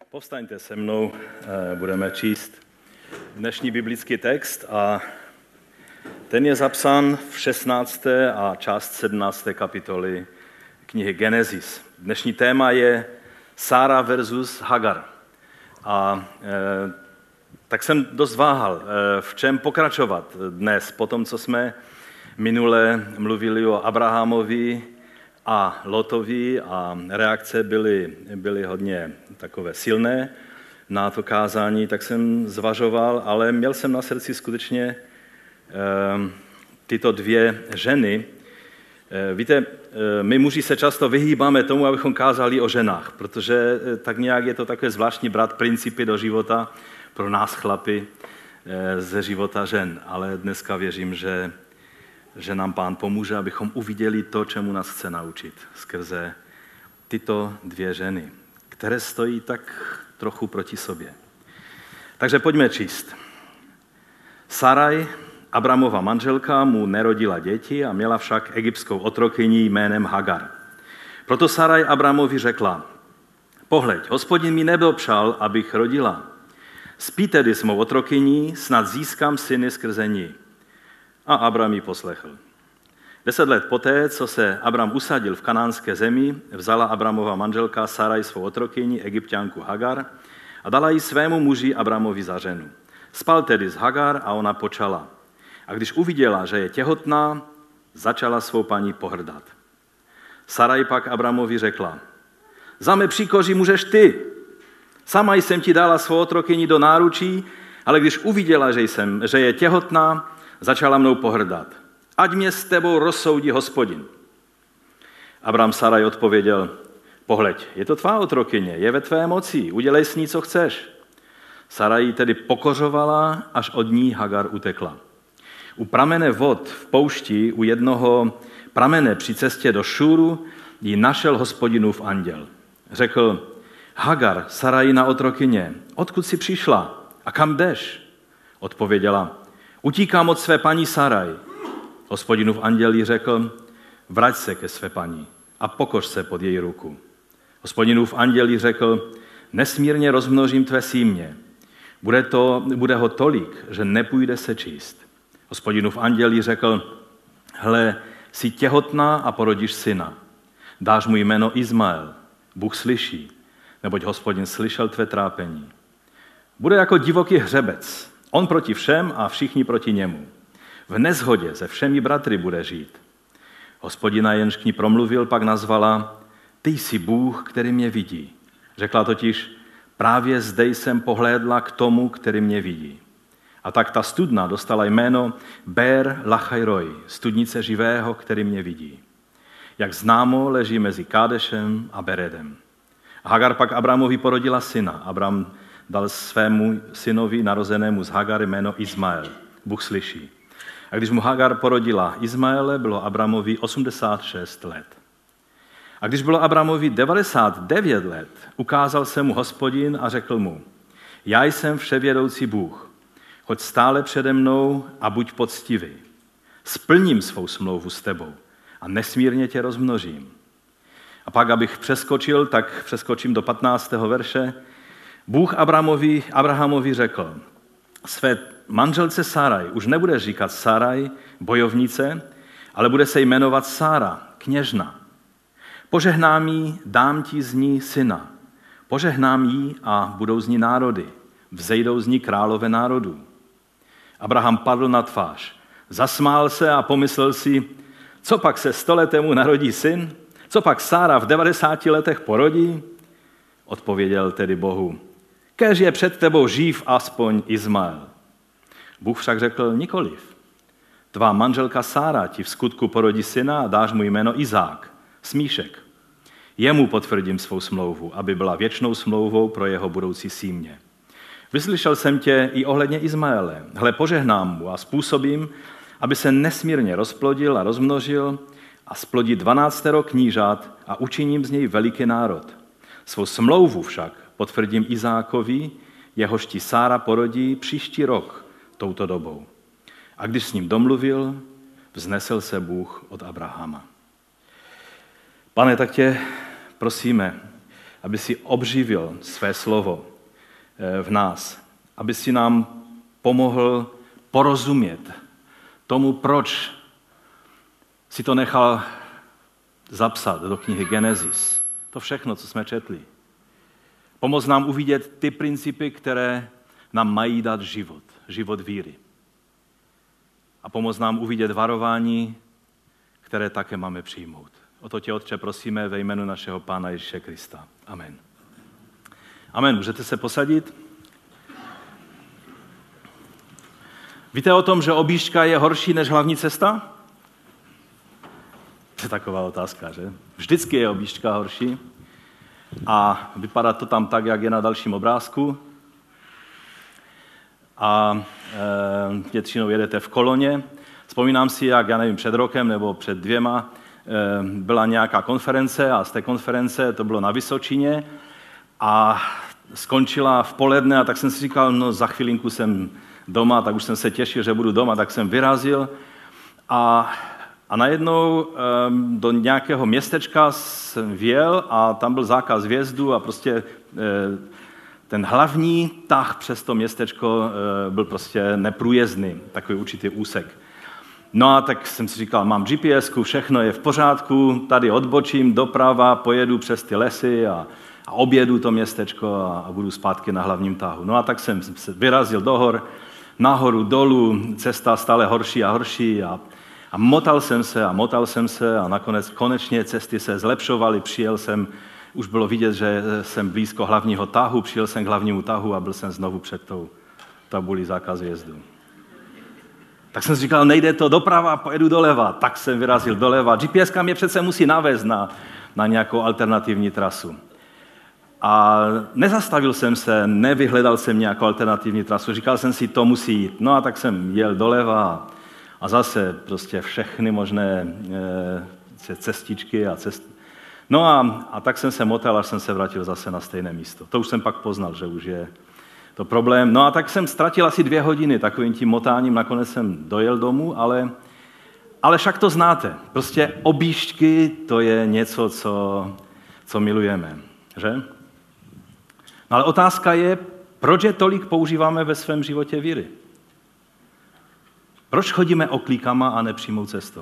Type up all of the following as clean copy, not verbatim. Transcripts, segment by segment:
Povstaňte se mnou, budeme číst dnešní biblický text a ten je zapsán v 16. a část 17. kapitoly knihy Genesis. Dnešní téma je Sára versus Hagar. A tak jsem dost váhal, v čem pokračovat dnes, po tom, co jsme minule mluvili o Abrahamovi a Lotovi a reakce byly hodně takové silné na to kázání, tak jsem zvažoval, ale měl jsem na srdci skutečně tyto dvě ženy. Víte, my muži se často vyhýbáme tomu, abychom kázali o ženách, protože tak nějak je to takové zvláštní brát principy do života pro nás chlapy ze života žen, ale dneska věřím, že nám Pán pomůže, abychom uviděli to, čemu nás chce naučit skrze tyto dvě ženy, které stojí tak trochu proti sobě. Takže pojďme číst. Saraj, Abramova manželka, mu nerodila děti a měla však egyptskou otrokyni jménem Hagar. Proto Saraj Abramovi řekla: Pohleď, Hospodin mi nedopřál, abych rodila. Spí tedy s mou otrokyní, snad získám syny skrze ní. A Abram ji poslechl. 10 let poté, co se Abram usadil v kanánské zemi, vzala Abramova manželka Saraj svou otrokyni, Egypťanku Hagar, a dala ji svému muži Abramovi za ženu. Spal tedy s Hagar a ona počala. A když uviděla, že je těhotná, začala svou paní pohrdat. Saraj pak Abramovi řekla: Za mé příkoří můžeš ty. Sama jsem ti dala svou otrokyni do náručí, ale když uviděla, že je těhotná, začala mnou pohrdat. Ať mě s tebou rozsoudí Hospodin. Abram Saraj odpověděl: Pohleď, je to tvá otrokyně, je ve tvé moci, udělej s ní, co chceš. Saraj ji tedy pokořovala, až od ní Hagar utekla. U pramene vod v poušti, u jednoho pramene při cestě do Šúru, ji našel Hospodinův anděl. Řekl: Hagar, Sarajina otrokyně, odkud jsi přišla a kam jdeš? Odpověděla: Utíkám od své paní Saraj. Hospodinův anděl jí řekl: Vrať se ke své paní a pokoř se pod její ruku. Hospodinův anděl jí řekl: Nesmírně rozmnožím tvé símě. Bude ho tolik, že nepůjde se číst. Hospodinův anděl jí řekl: Hle, jsi těhotná a porodíš syna. Dáš mu jméno Izmael. Bůh slyší, neboť Hospodin slyšel tvé trápení. Bude jako divoký hřebec. On proti všem a všichni proti němu. V neshodě se všemi bratry bude žít. Hospodina jenž k ní promluvil, pak nazvala: Ty jsi Bůh, který mě vidí. Řekla totiž: Právě zde jsem pohlédla k tomu, který mě vidí. A tak ta studna dostala jméno Ber Lachajroj, studnice živého, který mě vidí. Jak známo, leží mezi Kádešem a Beredem. Hagar pak Abramovi porodila syna. Abram dal svému synovi narozenému z Hagar jméno Izmael. Bůh slyší. A když mu Hagar porodila Izmaele, bylo Abramovi 86 let. A když bylo Abramovi 99 let, ukázal se mu Hospodin a řekl mu: Já jsem vševědoucí Bůh. Choď stále přede mnou a buď poctivý. Splním svou smlouvu s tebou a nesmírně tě rozmnožím. A pak, abych přeskočil, tak přeskočím do 15. verše. Bůh Abrahamovi řekl: Své manželce Sáraj už nebude říkat Sáraj, bojovnice, ale bude se jmenovat Sára, kněžna. Požehnám jí, dám ti z ní syna. Požehnám jí a budou z ní národy. Vzejdou z ní králové národů. Abraham padl na tvář. Zasmál se a pomyslel si: Co pak se 100letému narodí syn? Co pak Sára v 90 letech porodí? Odpověděl tedy Bohu: Kéž je před tebou živ aspoň Izmael. Bůh však řekl: Nikoliv. Tvá manželka Sára ti v skutku porodí syna a dáš mu jméno Izák, smíšek. Jemu potvrdím svou smlouvu, aby byla věčnou smlouvou pro jeho budoucí símě. Vyslyšel jsem tě i ohledně Izmaele. Hle, požehnám mu a způsobím, aby se nesmírně rozplodil a rozmnožil a splodí 12 knížat a učiním z něj veliký národ. Svou smlouvu však potvrdím Izákovi, jehož ti Sára porodí příští rok touto dobou. A když s ním domluvil, vznesl se Bůh od Abrahama. Pane, tak tě prosíme, aby si obživil své slovo v nás, aby si nám pomohl porozumět tomu, proč si to nechal zapsat do knihy Genesis. To všechno, co jsme četli. Pomoc nám uvidět ty principy, které nám mají dát život, život víry. A pomoc nám uvidět varování, které také máme přijmout. O to tě, Otče, prosíme ve jménu našeho Pána Ježíše Krista. Amen. Amen. Můžete se posadit? Víte o tom, že objížďka je horší než hlavní cesta? To je taková otázka, že? Vždycky je objížďka horší. A vypadá to tam tak, jak je na dalším obrázku. A většinou jedete v koloně. Vzpomínám si, jak, já nevím, před rokem nebo před 2 byla nějaká konference a z té konference, to bylo na Vysočině, a skončila v poledne a tak jsem si říkal, no za chvilinku jsem doma, tak už jsem se těšil, že budu doma, tak jsem vyrazil a najednou do nějakého městečka jsem vjel a tam byl zákaz vjezdu a prostě ten hlavní tah přes to městečko byl prostě neprůjezdný, takový určitý úsek. No a tak jsem si říkal, mám GPS-ku, všechno je v pořádku, tady odbočím doprava, pojedu přes ty lesy a objedu to městečko a budu zpátky na hlavním tahu. No a tak jsem se vyrazil do hor, nahoru, dolů, cesta stále horší a horší a motal jsem se a nakonec konečně cesty se zlepšovaly, přijel jsem, už bylo vidět, že jsem blízko hlavního tahu, přijel jsem k hlavnímu tahu a byl jsem znovu před tou tabulí zákaz jezdu. Tak jsem si říkal, nejde to doprava, pojedu doleva. Tak jsem vyrazil doleva. GPS-ka mě přece musí navést na nějakou alternativní trasu. A nezastavil jsem se, nevyhledal jsem nějakou alternativní trasu. Říkal jsem si, to musí jít. No a tak jsem jel doleva a zase prostě všechny možné cestičky a cesty. No a tak jsem se motal, až jsem se vrátil zase na stejné místo. To už jsem pak poznal, že už je to problém. No a tak jsem ztratil asi 2 hodiny takovým tím motáním, nakonec jsem dojel domů, ale však to znáte. Prostě objížďky, to je něco, co milujeme, že? No ale otázka je, proč je tolik používáme ve svém životě víry? Proč chodíme oklíkama a nepřímou cestou?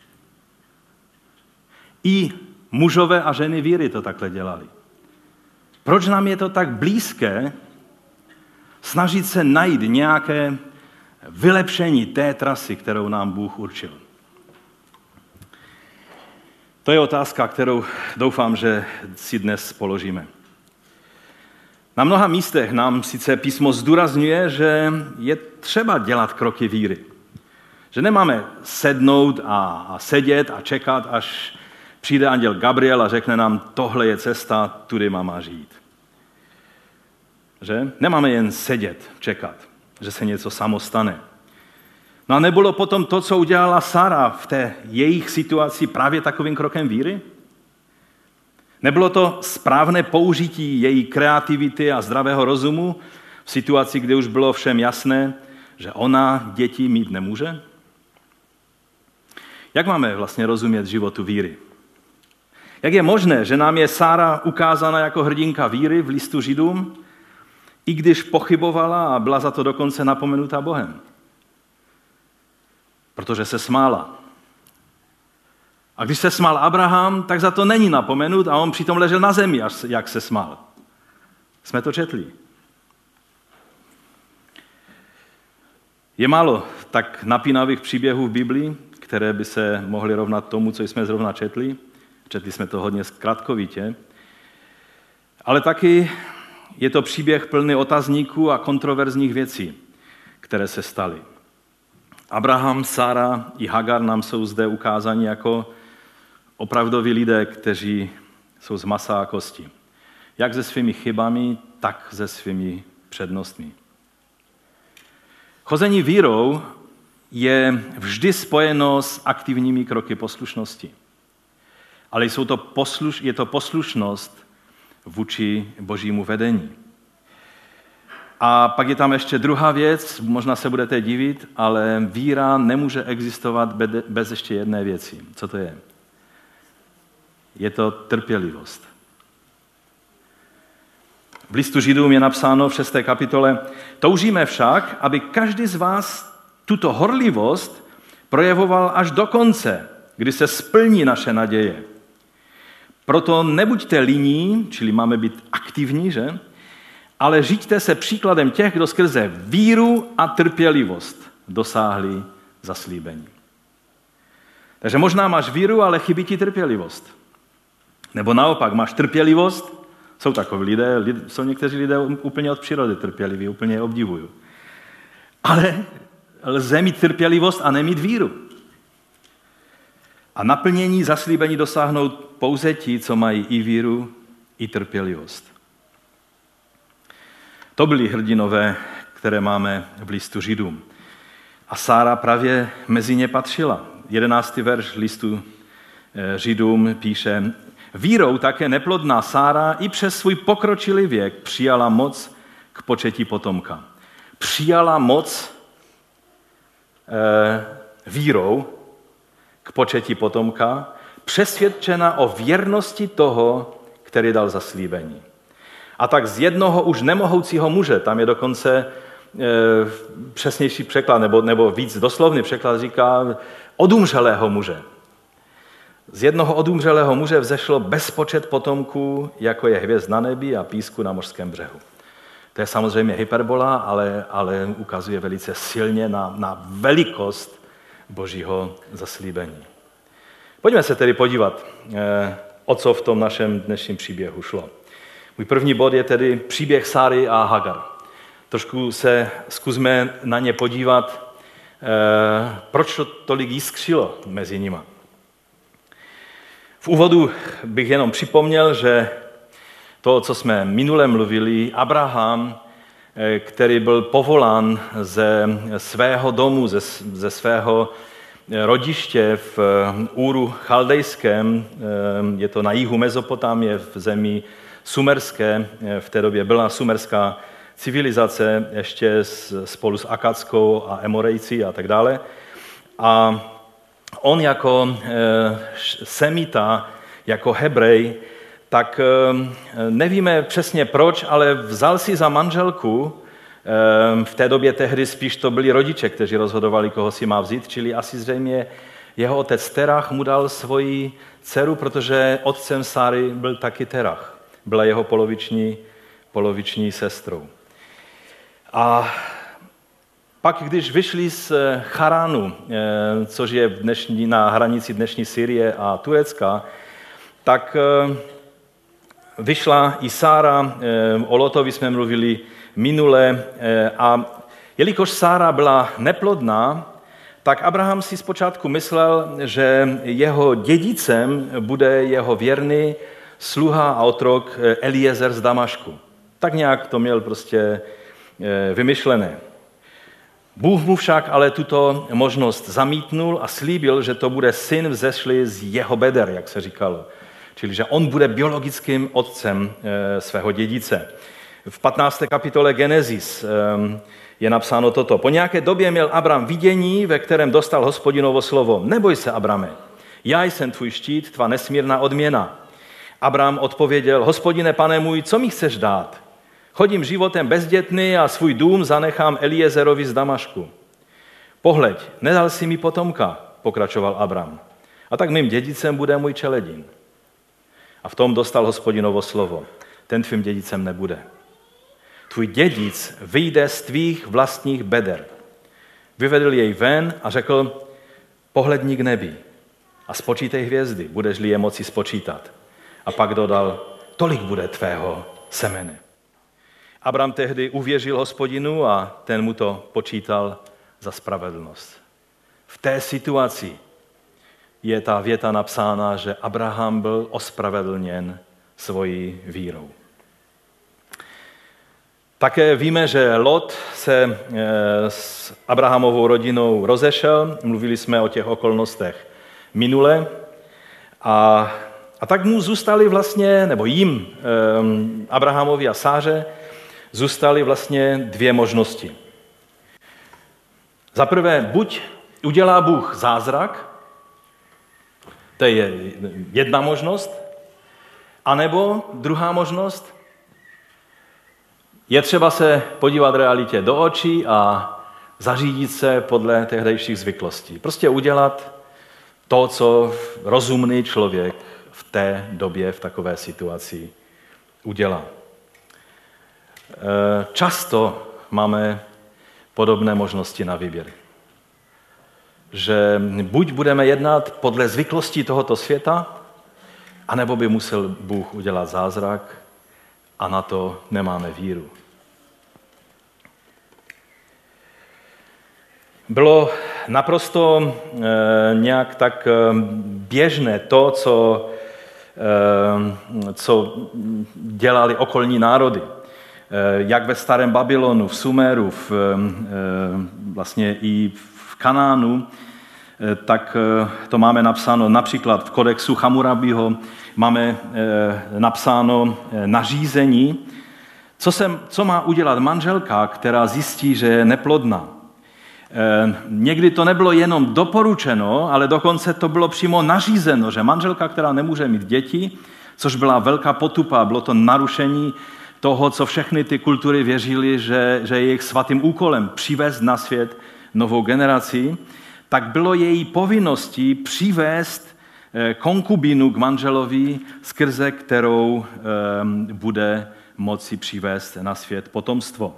I mužové a ženy víry to takhle dělali. Proč nám je to tak blízké snažit se najít nějaké vylepšení té trasy, kterou nám Bůh určil? To je otázka, kterou doufám, že si dnes položíme. Na mnoha místech nám sice písmo zdůrazňuje, že je třeba dělat kroky víry. Že nemáme sednout a sedět a čekat, až přijde anděl Gabriel a řekne nám, tohle je cesta, tudy máš jít. Že? Nemáme jen sedět, čekat, že se něco samo stane. No a nebylo potom to, co udělala Sara v té jejich situaci právě takovým krokem víry? Nebylo to správné použití její kreativity a zdravého rozumu v situaci, kdy už bylo všem jasné, že ona děti mít nemůže? Jak máme vlastně rozumět životu víry? Jak je možné, že nám je Sára ukázána jako hrdinka víry v listu Židům, i když pochybovala a byla za to dokonce napomenutá Bohem? Protože se smála. A když se smál Abraham, tak za to není napomenut a on přitom ležel na zemi, jak se smál. Jsme to četli. Je málo tak napínavých příběhů v Biblii, které by se mohly rovnat tomu, co jsme zrovna četli. Četli jsme to hodně zkratkovitě. Ale taky je to příběh plný otazníků a kontroverzních věcí, které se staly. Abraham, Sára i Hagar nám jsou zde ukázáni jako opravdoví lidé, kteří jsou z masa a kosti. Jak se svými chybami, tak se svými přednostmi. Chození vírou je vždy spojeno s aktivními kroky poslušnosti. Ale je to poslušnost vůči Božímu vedení. A pak je tam ještě druhá věc, možná se budete divit, ale víra nemůže existovat bez ještě jedné věci. Co to je? Je to trpělivost. V listu Židům je napsáno v 6. kapitole: toužíme však, aby každý z vás tuto horlivost projevoval až do konce, kdy se splní naše naděje. Proto nebuďte líní, čili máme být aktivní, že? Ale žiďte se příkladem těch, kdo skrze víru a trpělivost dosáhli zaslíbení. Takže možná máš víru, ale chybí ti trpělivost. Nebo naopak, máš trpělivost, jsou takoví lidé, jsou někteří lidé úplně od přírody trpěliví, úplně je obdivuju. Ale lze mít trpělivost a nemít víru. A naplnění zaslíbení dosáhnou pouze ti, co mají i víru, i trpělivost. To byli hrdinové, které máme v listu Židům. A Sára právě mezi ně patřila. 11. verš listu Židům píše: vírou také neplodná Sára i přes svůj pokročilý věk přijala moc k početí potomka. Přijala moc vírou k početí potomka, přesvědčena o věrnosti toho, který dal zaslíbení. A tak z jednoho už nemohoucího muže, tam je dokonce přesnější překlad, nebo víc doslovný překlad říká odumřelého muže. Z jednoho odumřelého muže vzešlo bezpočet potomků, jako je hvězd na nebi a písku na mořském břehu. To je samozřejmě hyperbola, ale ukazuje velice silně na velikost Božího zaslíbení. Pojďme se tedy podívat, o co v tom našem dnešním příběhu šlo. Můj první bod je tedy příběh Sáry a Hagar. Trošku se zkusme na ně podívat, proč to tolik jiskřilo mezi nimi. V úvodu bych jenom připomněl, že to, co jsme minule mluvili, Abraham, který byl povolán ze svého domu, ze svého rodiště v Úru chaldejském, je to na jihu Mezopotámie, v zemi sumerské, v té době byla sumerská civilizace ještě spolu s Akadskou a Emorejci a tak dále. A on jako semita, jako Hebrej, tak nevíme přesně proč, ale vzal si za manželku, v té době tehdy spíš to byli rodiče, kteří rozhodovali, koho si má vzít, čili asi zřejmě jeho otec Terach mu dal svoji dceru, protože otcem Sáry byl taky Terach. Byla jeho poloviční sestrou. A pak, když vyšli z Charánu, což je na hranici dnešní Syrie a Turecka, tak vyšla i Sára, o Lotovi jsme mluvili minule, a jelikož Sára byla neplodná, tak Abraham si zpočátku myslel, že jeho dědicem bude jeho věrný sluha a otrok Eliezer z Damašku. Tak nějak to měl prostě vymyšlené. Bůh mu však ale tuto možnost zamítnul a slíbil, že to bude syn vzešlý z jeho beder, jak se říkalo. Čili, že on bude biologickým otcem svého dědice. V 15. kapitole Genesis je napsáno toto. Po nějaké době měl Abram vidění, ve kterém dostal Hospodinovo slovo. Neboj se, Abrame, já jsem tvůj štít, tvá nesmírná odměna. Abram odpověděl: Hospodine, pane můj, co mi chceš dát? Chodím životem bezdětný a svůj dům zanechám Eliezerovi z Damašku. Pohleď, nedal si mi potomka, pokračoval Abram. A tak mým dědicem bude můj čeledín. A v tom dostal Hospodinovo slovo. Ten tvým dědicem nebude. Tvůj dědic vyjde z tvých vlastních beder. Vyvedl jej ven a řekl: pohledni k nebi a spočítej hvězdy, budeš-li je moci spočítat. A pak dodal: tolik bude tvého semene. Abram tehdy uvěřil Hospodinu a ten mu to počítal za spravedlnost. V té situaci je ta věta napsána, že Abraham byl ospravedlněn svojí vírou. Také víme, že Lot se s Abrahamovou rodinou rozešel, mluvili jsme o těch okolnostech minule, a tak mu zůstali vlastně, nebo jim, Abrahamovi a Sáře, zůstaly vlastně dvě možnosti. Za prvé, buď udělá Bůh zázrak, to je jedna možnost, anebo druhá možnost, Je třeba se podívat realitě do očí a zařídit se podle tehdejších zvyklostí. Prostě udělat to, co rozumný člověk v té době, v takové situaci udělá. Často máme podobné možnosti na výběr. Že buď budeme jednat podle zvyklostí tohoto světa, anebo by musel Bůh udělat zázrak a na to nemáme víru. Bylo naprosto nějak tak běžné to, co dělali okolní národy. Jak ve starém Babylonu, v Sumeru, vlastně i v Kanánu, tak to máme napsáno například v kodexu Hammurabiho, máme napsáno nařízení, co má udělat manželka, která zjistí, že je neplodná. Někdy to nebylo jenom doporučeno, ale dokonce to bylo přímo nařízeno, že manželka, která nemůže mít děti, což byla velká potupa, bylo to narušení toho, co všechny ty kultury věřily, že je jejich svatým úkolem přivést na svět novou generaci, tak bylo její povinností přivést konkubínu k manželovi, skrze kterou bude moci přivést na svět potomstvo.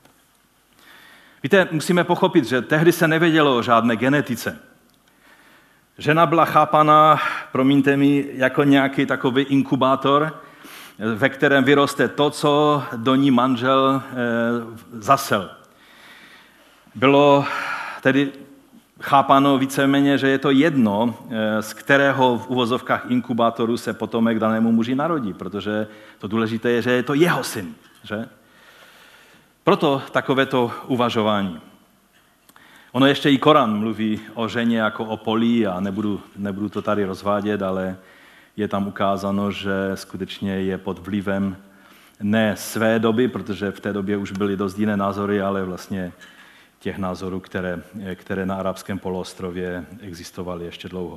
Víte, musíme pochopit, že tehdy se nevědělo o žádné genetice. Žena byla chápaná, promiňte mi, jako nějaký takový inkubátor, ve kterém vyroste to, co do ní manžel zasel. Bylo tedy chápáno víceméně, že je to jedno, z kterého v uvozovkách inkubátoru se potomek danému muži narodí, protože to důležité je, že je to jeho syn. Že? Proto takovéto uvažování. Ono ještě i Korán mluví o ženě jako o poli a nebudu to tady rozvádět, ale je tam ukázáno, že skutečně je pod vlivem ne své doby, protože v té době už byly dost jiné názory, ale vlastně těch názorů, které na arabském poloostrově existovaly ještě dlouho.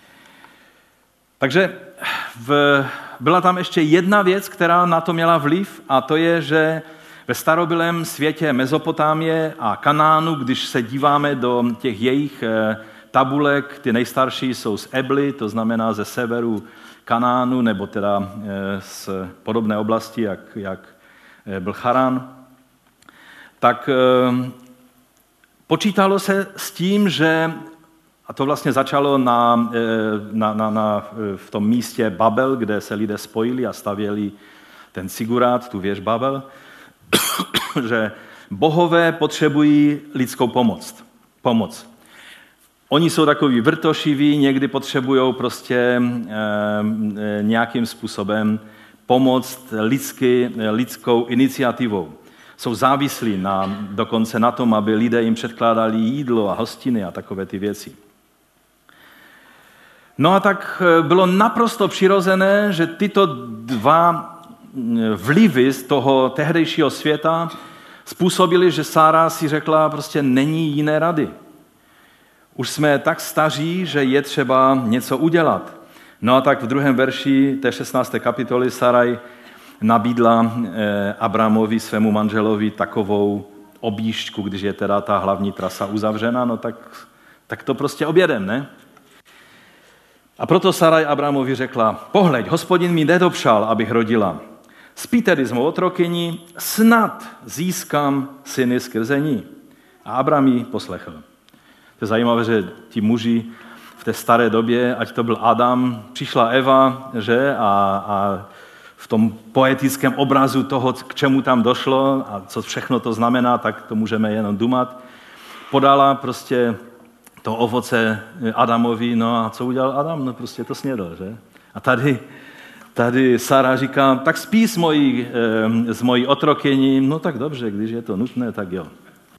Takže byla tam ještě jedna věc, která na to měla vliv, a to je, že ve starobylém světě Mezopotámie a Kanánu, když se díváme do těch jejich tabulek, ty nejstarší jsou z Ebly, to znamená ze severu Kanánu, nebo teda z podobné oblasti, jak byl Charán, tak počítalo se s tím, že, a to vlastně začalo v tom místě Babel, kde se lidé spojili a stavěli ten sigurát, tu věž Babel, že bohové potřebují lidskou pomoc. Oni jsou takový vrtošiví, někdy potřebují prostě nějakým způsobem pomoct lidskou iniciativou. Jsou závislí dokonce na tom, aby lidé jim předkládali jídlo a hostiny a takové ty věci. No a tak bylo naprosto přirozené, že tyto dva vlivy z toho tehdejšího světa způsobily, že Sára si řekla, prostě není jiné rady. Už jsme tak staří, že je třeba něco udělat. No a tak v 2. verši té 16. kapitoly Saraj nabídla Abramovi, svému manželovi, takovou objížďku, když je teda ta hlavní trasa uzavřena, no tak to prostě objedem, ne? A proto Saraj Abramovi řekla, pohleď, Hospodin mi nedopřál, abych rodila. Spí tedy s mou otrokyní, snad získám syny skrze ní. A Abram ji poslechl. To je zajímavé, že ti muži v té staré době, ať to byl Adam, přišla Eva, že? A v tom poetickém obrazu toho, k čemu tam došlo a co všechno to znamená, tak to můžeme jenom dumat. Podala prostě to ovoce Adamovi, no a co udělal Adam? No prostě to snědl, že? A tady Sara říká, tak spí s mojí otrokyní, no tak dobře, když je to nutné, tak jo.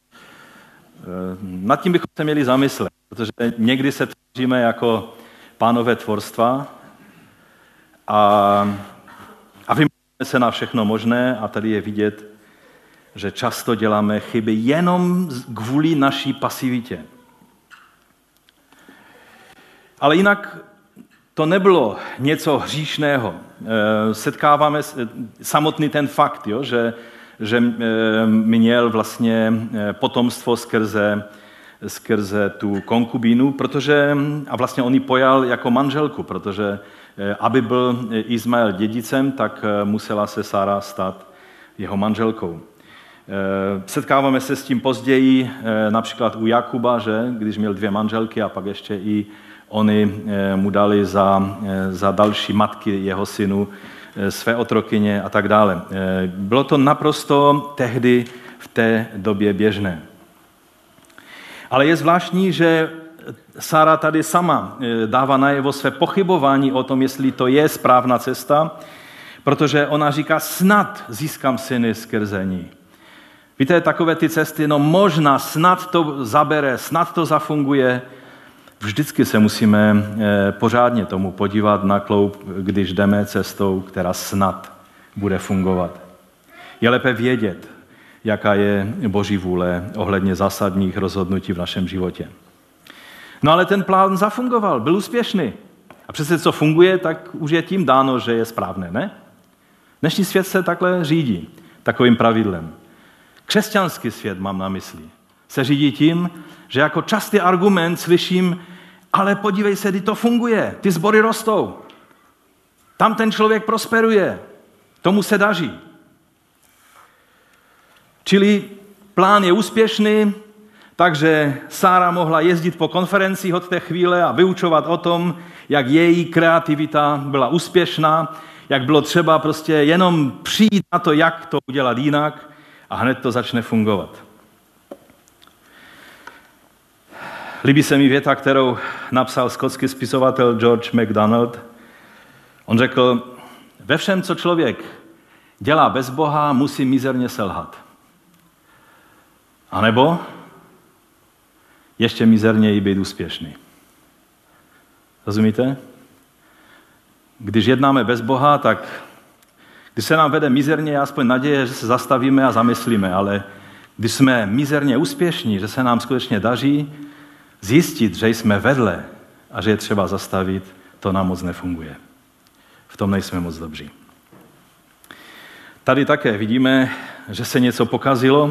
Nad tím bychom se měli zamyslet, protože někdy se tvoříme jako pánové tvorstva a vymýšlíme se na všechno možné a tady je vidět, že často děláme chyby jenom kvůli naší pasivitě. Ale jinak to nebylo něco hříšného. Setkáváme samotný ten fakt, jo, že že měl vlastně potomstvo skrze tu konkubínu, a vlastně on ji pojal jako manželku, protože aby byl Izmael dědicem, tak musela se Sára stát jeho manželkou. Setkáváme se s tím později, například u Jakuba, že když měl 2 manželky a pak ještě i oni mu dali za další matky jeho synu své otrokyně a tak dále. Bylo to naprosto tehdy v té době běžné. Ale je zvláštní, že Sára tady sama dává najevo své pochybování o tom, jestli to je správná cesta, protože ona říká, snad získám syny skrze ní. Víte, takové ty cesty, možná, snad to zabere, snad to zafunguje. Vždycky se musíme pořádně tomu podívat na kloup, když jdeme cestou, která snad bude fungovat. Je lépe vědět, jaká je Boží vůle ohledně zásadních rozhodnutí v našem životě. No ale ten plán zafungoval, byl úspěšný. A přece co funguje, tak už je tím dáno, že je správné, ne? Dnešní svět se takhle řídí, takovým pravidlem. Křesťanský svět mám na mysli. Se řídí tím, že jako častý argument slyším, ale podívej se, kdy to funguje, ty sbory rostou. Tam ten člověk prosperuje, tomu se daří. Čili plán je úspěšný, takže Sára mohla jezdit po konferencích od té chvíle a vyučovat o tom, jak její kreativita byla úspěšná, jak bylo třeba prostě jenom přijít na to, jak to udělat jinak a hned to začne fungovat. Líbí se mi věta, kterou napsal skotský spisovatel George MacDonald. On řekl, ve všem, co člověk dělá bez Boha, musí mizerně selhat. A nebo ještě mizerněji být úspěšný. Rozumíte? Když jednáme bez Boha, tak když se nám vede mizerně, je aspoň naděje, že se zastavíme a zamyslíme, ale když jsme mizerně úspěšní, že se nám skutečně daří, zjistit, že jsme vedle a že je třeba zastavit, to nám moc nefunguje. V tom nejsme moc dobří. Tady také vidíme, že se něco pokazilo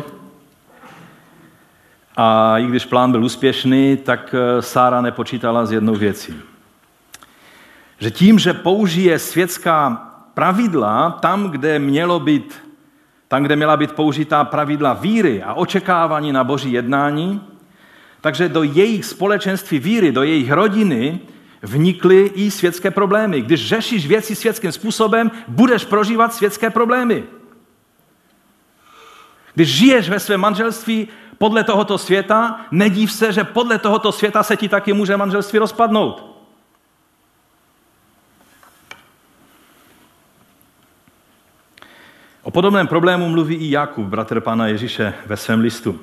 a i když plán byl úspěšný, tak Sára nepočítala s jednou věcí. Že tím, že použije světská pravidla tam, kde měla být použitá pravidla víry a očekávání na Boží jednání, takže do jejich společenství víry, do jejich rodiny vnikly i světské problémy. Když řešíš věci světským způsobem, budeš prožívat světské problémy. Když žiješ ve svém manželství podle tohoto světa, nedív se, že podle tohoto světa se ti taky může manželství rozpadnout. O podobném problému mluví i Jakub, bratr Pána Ježíše, ve svém listu.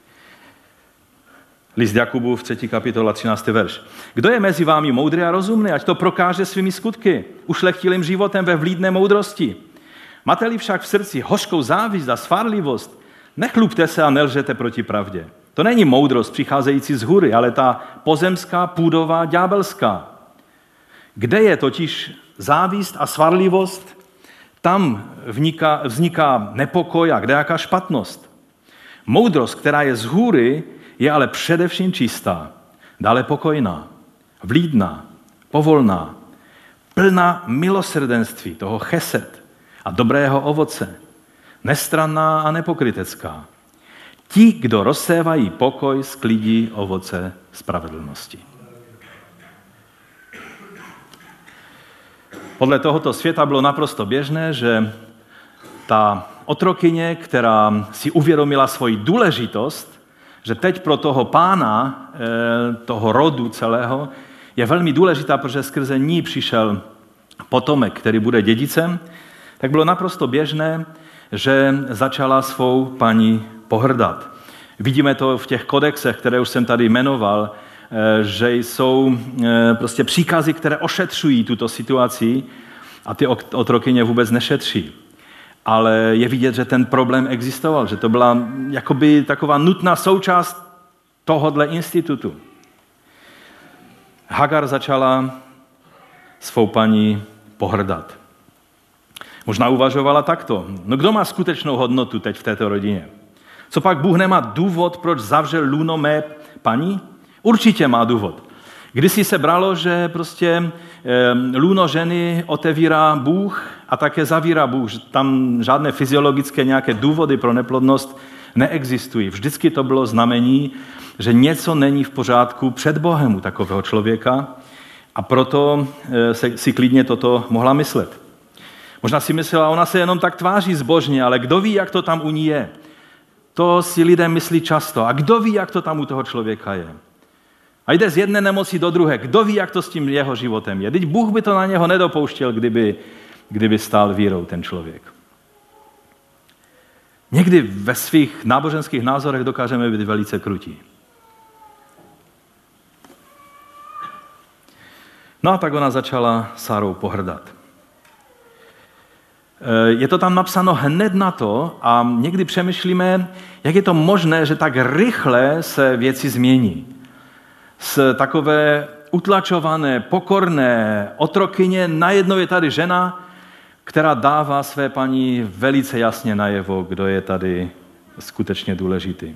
List Jakubu v 3. kapitola 13. verš. Kdo je mezi vámi moudrý a rozumný, ať to prokáže svými skutky, ušlechtilým životem ve vlídné moudrosti. Máte-li však v srdci hořkou závist a svárlivost, nechlubte se a nelžete proti pravdě. To není moudrost přicházející z hůry, ale ta pozemská, půdová, ďábelská. Kde je totiž závist a svárlivost, tam vzniká nepokoj a kdejaká špatnost. Moudrost, která je z hůry, je ale především čistá, dále pokojná, vlídná, povolná, plná milosrdenství, toho chesed a dobrého ovoce, nestranná a nepokrytecká. Ti, kdo rozsévají pokoj, sklidí ovoce spravedlnosti. Podle tohoto světa bylo naprosto běžné, že ta otrokyně, která si uvědomila svoji důležitost, že teď pro toho pána, toho rodu celého, je velmi důležitá, protože skrze ní přišel potomek, který bude dědicem, tak bylo naprosto běžné, že začala svou paní pohrdat. Vidíme to v těch kodexech, které už jsem tady jmenoval, že jsou prostě příkazy, které ošetřují tuto situaci a ty otrokyně vůbec nešetří. Ale je vidět, že ten problém existoval, že to byla jakoby taková nutná součást tohodle institutu. Hagar začala svou paní pohrdat. Možná uvažovala takto. No kdo má skutečnou hodnotu teď v této rodině? Co pak Bůh nemá důvod, proč zavřel lůno mé paní? Určitě má důvod. Kdysi se bralo, že prostě lůno ženy otevírá Bůh a také zavírá Bůh. Tam žádné fyziologické nějaké důvody pro neplodnost neexistují. Vždycky to bylo znamení, že něco není v pořádku před Bohem u takového člověka a proto si klidně toto mohla myslet. Možná si myslela, ona se jenom tak tváří zbožně, ale kdo ví, jak to tam u ní je. To si lidé myslí často. A kdo ví, jak to tam u toho člověka je. A jde z jedné nemoci do druhé. Kdo ví, jak to s tím jeho životem je. Teď Bůh by to na něho nedopouštěl, kdyby stál vírou ten člověk. Někdy ve svých náboženských názorech dokážeme být velice krutí. No a tak ona začala Sárou pohrdat. Je to tam napsáno hned na to a někdy přemýšlíme, jak je to možné, že tak rychle se věci změní. Z takové utlačované, pokorné otrokyně najednou je tady žena, která dává své paní velice jasně najevo, kdo je tady skutečně důležitý.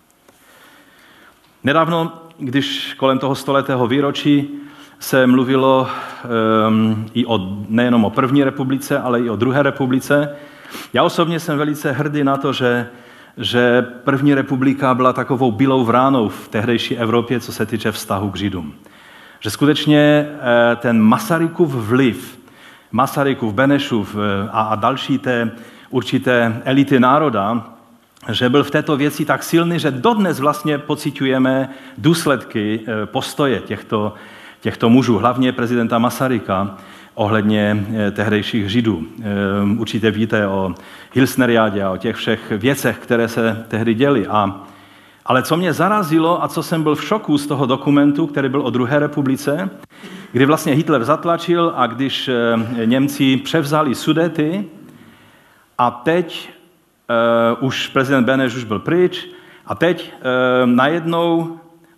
Nedávno, když kolem toho 100letého výročí se mluvilo nejenom o první republice, ale i o druhé republice. Já osobně jsem velice hrdý na to, že první republika byla takovou bílou vránou v tehdejší Evropě, co se týče vztahu k Židům. Že skutečně ten Masarykův vliv, Masarykův, Benešův a další té určité elity národa, že byl v této věci tak silný, že dodnes vlastně pociťujeme důsledky postoje těchto mužů, hlavně prezidenta Masaryka, ohledně tehdejších Židů. Určitě víte o Hilsneriádě a o těch všech věcech, které se tehdy děly. Ale co mě zarazilo a co jsem byl v šoku z toho dokumentu, který byl o druhé republice, kdy vlastně Hitler zatlačil a když Němci převzali Sudety a teď už prezident Beneš už byl pryč a teď najednou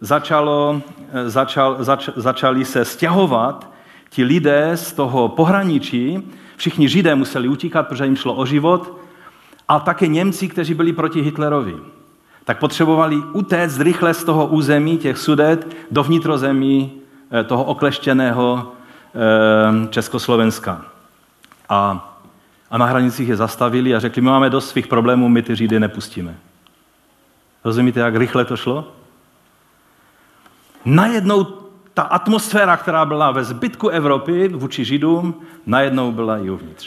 začali se stěhovat ti lidé z toho pohraničí, všichni Židé museli utíkat, protože jim šlo o život, a také Němci, kteří byli proti Hitlerovi. Tak potřebovali utéct rychle z toho území, těch Sudet, do vnitrozemí toho okleštěného Československa. A na hranicích je zastavili a řekli, my máme dost svých problémů, my ty Židy nepustíme. Rozumíte, jak rychle to šlo? Najednou ta atmosféra, která byla ve zbytku Evropy vůči Židům, najednou byla i uvnitř.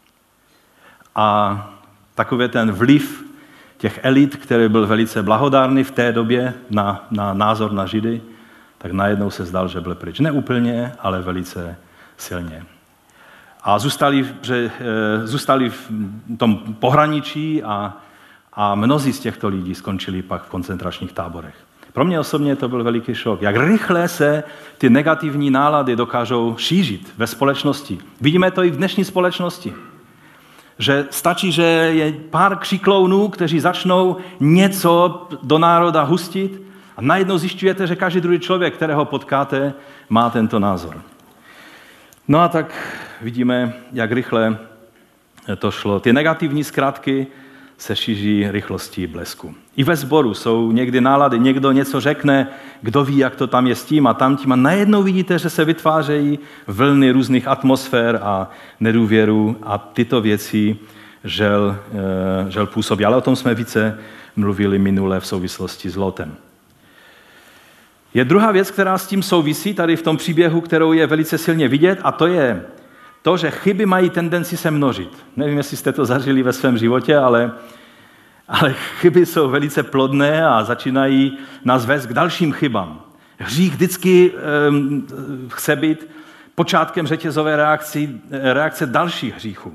A takový ten vliv těch elit, který byl velice blahodárný v té době na názor na Židy, tak najednou se zdal, že byl pryč. Ne úplně, ale velice silně. A zůstali v tom pohraničí a mnozí z těchto lidí skončili pak v koncentračních táborech. Pro mě osobně to byl veliký šok. Jak rychle se ty negativní nálady dokážou šířit ve společnosti. Vidíme to i v dnešní společnosti. Že stačí, že je pár křiklounů, kteří začnou něco do národa hustit a najednou zjišťujete, že každý druhý člověk, kterého potkáte, má tento názor. No a tak vidíme, jak rychle to šlo. Ty negativní zkratky se šíří rychlostí blesku. I ve sboru jsou někdy nálady, někdo něco řekne, kdo ví, jak to tam je s tím a tamtím a najednou vidíte, že se vytvářejí vlny různých atmosfér a nedůvěru a tyto věci žel působí. Ale o tom jsme více mluvili minule v souvislosti s Lotem. Je druhá věc, která s tím souvisí tady v tom příběhu, kterou je velice silně vidět, a to je to, že chyby mají tendenci se množit. Nevím, jestli jste to zažili ve svém životě, ale chyby jsou velice plodné a začínají nás vést k dalším chybám. Hřích vždycky chce být počátkem řetězové reakce dalších hříchů.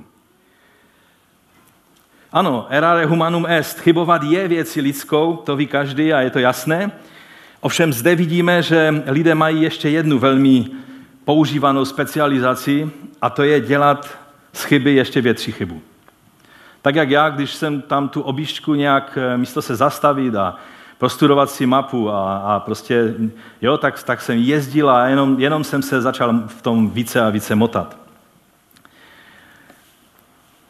Ano, errare humanum est, chybovat je věcí lidskou, to ví každý a je to jasné. Ovšem zde vidíme, že lidé mají ještě jednu velmi používanou specializaci a to je dělat z chyby ještě větší chybu. Tak jak já, když jsem tam tu objížďku nějak místo se zastavit a prostudovat si mapu a prostě, jo, tak jsem jezdil a jenom jsem se začal v tom více a více motat.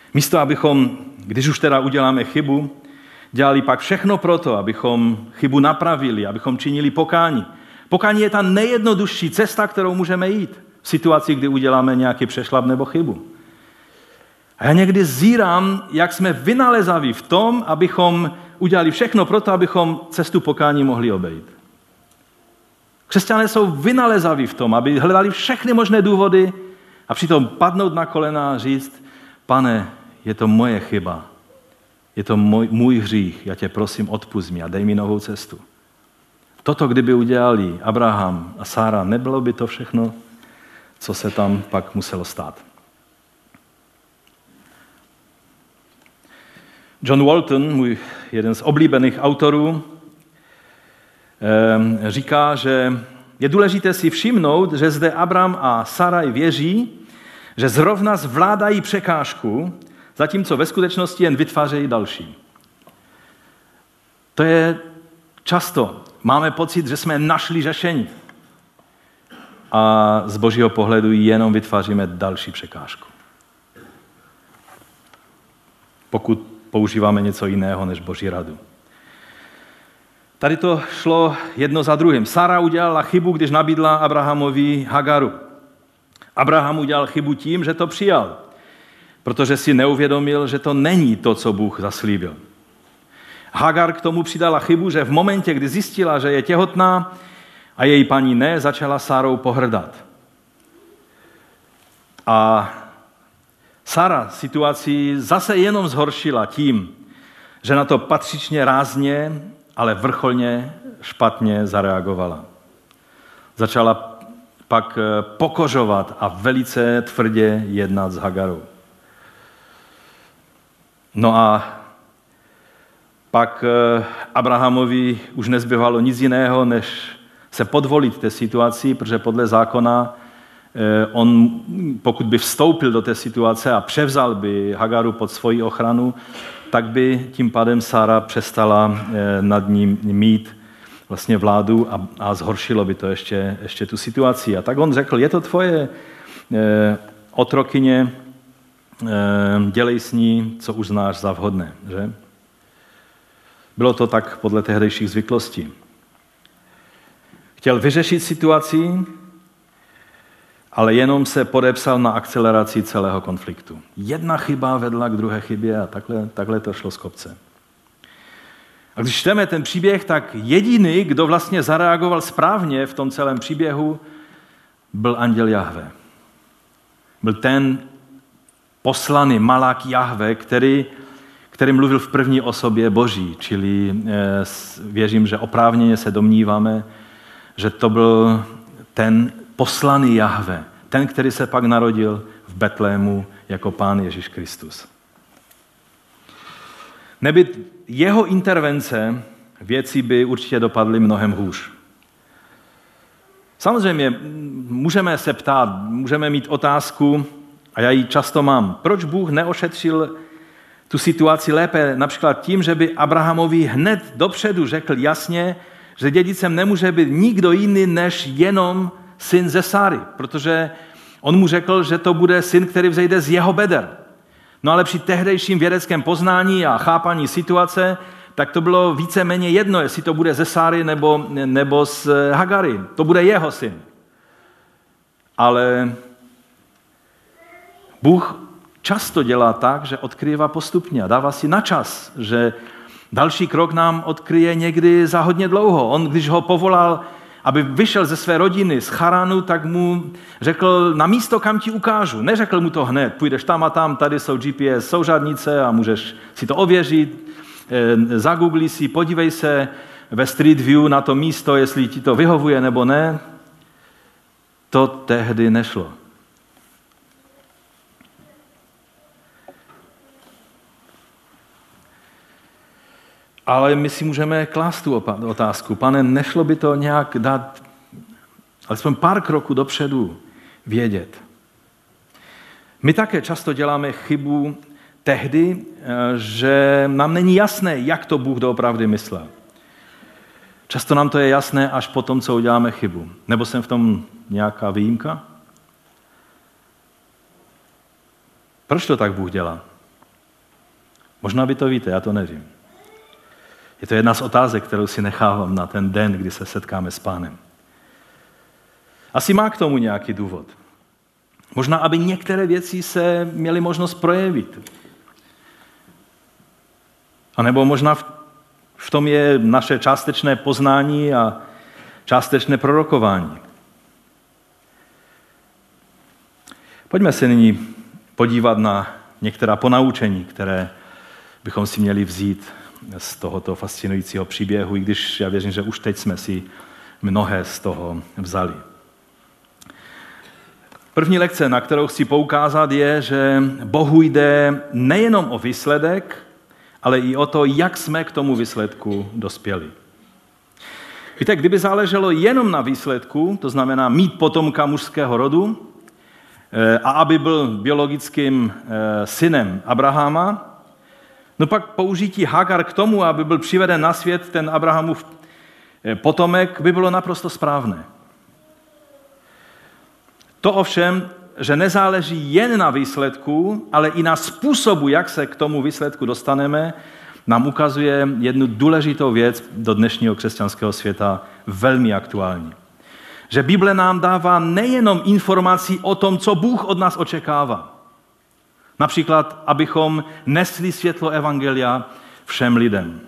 Místo, abychom, když už teda uděláme chybu, dělali pak všechno proto, abychom chybu napravili, abychom činili pokání. Pokání je ta nejjednodušší cesta, kterou můžeme jít v situaci, kdy uděláme nějaký přešlap nebo chybu. A já někdy zírám, jak jsme vynalezaví v tom, abychom udělali všechno proto, abychom cestu pokání mohli obejít. Křesťané jsou vynalezaví v tom, aby hledali všechny možné důvody a přitom padnout na kolena a říct: Pane, je to moje chyba, je to můj hřích, já tě prosím, odpusť mi a dej mi novou cestu. Toto, kdyby udělali Abraham a Sára, nebylo by to všechno, co se tam pak muselo stát. John Walton, můj jeden z oblíbených autorů, říká, že je důležité si všimnout, že zde Abram a Saraj věří, že zrovna zvládají překážku, zatímco ve skutečnosti jen vytvářejí další. To je často. Máme pocit, že jsme našli řešení. A z Božího pohledu jenom vytváříme další překážku. Pokud používáme něco jiného než Boží radu. Tady to šlo jedno za druhým. Sara udělala chybu, když nabídla Abrahamovi Hagaru. Abraham udělal chybu tím, že to přijal, protože si neuvědomil, že to není to, co Bůh zaslíbil. Hagar k tomu přidala chybu, že v momentě, kdy zjistila, že je těhotná a její paní ne, začala Sárou pohrdat. A Sara situaci zase jenom zhoršila tím, že na to patřičně rázně, ale vrcholně špatně zareagovala. Začala pak pokořovat a velice tvrdě jednat s Hagarou. No a pak Abrahamovi už nezbývalo nic jiného, než se podvolit té situaci, protože podle zákona on, pokud by vstoupil do té situace a převzal by Hagaru pod svoji ochranu, tak by tím pádem Sára přestala nad ním mít vlastně vládu a zhoršilo by to ještě tu situaci. A tak on řekl: je to tvoje otrokyně, dělej s ní, co uznáš za vhodné. Že? Bylo to tak podle tehdejších zvyklostí. Chtěl vyřešit situaci, ale jenom se podepsal na akceleraci celého konfliktu. Jedna chyba vedla k druhé chybě a takhle to šlo z kopce. A když čteme ten příběh, tak jediný, kdo vlastně zareagoval správně v tom celém příběhu, byl anděl Jahve. Byl ten poslaný malák Jahve, který mluvil v první osobě Boží, čili věřím, že oprávněně se domníváme, že to byl ten poslaný Jahve, ten, který se pak narodil v Betlému jako Pán Ježíš Kristus. Nebyt jeho intervence, věci by určitě dopadly mnohem hůř. Samozřejmě můžeme se ptát, můžeme mít otázku, a já ji často mám, proč Bůh neošetřil tu situaci lépe, například tím, že by Abrahamovi hned dopředu řekl jasně, že dědicem nemůže být nikdo jiný než jenom syn ze Sáry, protože on mu řekl, že to bude syn, který vzejde z jeho beder. No ale při tehdejším vědeckém poznání a chápání situace, tak to bylo víceméně jedno, jestli to bude ze Sáry nebo z Hagary. To bude jeho syn. Ale Bůh často dělá tak, že odkrývá postupně a dává si na čas, že další krok nám odkryje někdy za hodně dlouho. On, když ho povolal, aby vyšel ze své rodiny z Charanu, tak mu řekl: na místo, kam ti ukážu. Neřekl mu to hned, půjdeš tam a tam, tady jsou GPS souřadnice a můžeš si to ověřit, zagoogli si, podívej se ve Street View na to místo, jestli ti to vyhovuje nebo ne. To tehdy nešlo. Ale my si můžeme klást tu otázku. Pane, nešlo by to nějak dát alespoň pár kroků dopředu vědět? My také často děláme chybu tehdy, že nám není jasné, jak to Bůh doopravdy myslel. Často nám to je jasné až po tom, co uděláme chybu. Nebo jsem v tom nějaká výjimka? Proč to tak Bůh dělá? Možná vy to víte, já to nevím. Je to jedna z otázek, kterou si nechávám na ten den, kdy se setkáme s Pánem. Asi má k tomu nějaký důvod. Možná, aby některé věci se měly možnost projevit. A nebo možná v tom je naše částečné poznání a částečné prorokování. Pojďme se nyní podívat na některá ponaučení, které bychom si měli vzít z tohoto fascinujícího příběhu, i když já věřím, že už teď jsme si mnohé z toho vzali. První lekce, na kterou chci poukázat, je, že Bohu jde nejenom o výsledek, ale i o to, jak jsme k tomu výsledku dospěli. Víte, kdyby záleželo jenom na výsledku, to znamená mít potomka mužského rodu, a aby byl biologickým synem Abrahama, no pak použití Hagar k tomu, aby byl přiveden na svět ten Abrahamův potomek, by bylo naprosto správné. To ovšem, že nezáleží jen na výsledku, ale i na způsobu, jak se k tomu výsledku dostaneme, nám ukazuje jednu důležitou věc do dnešního křesťanského světa, velmi aktuální. Že Bible nám dává nejenom informací o tom, co Bůh od nás očekává. Například, abychom nesli světlo evangelia všem lidem.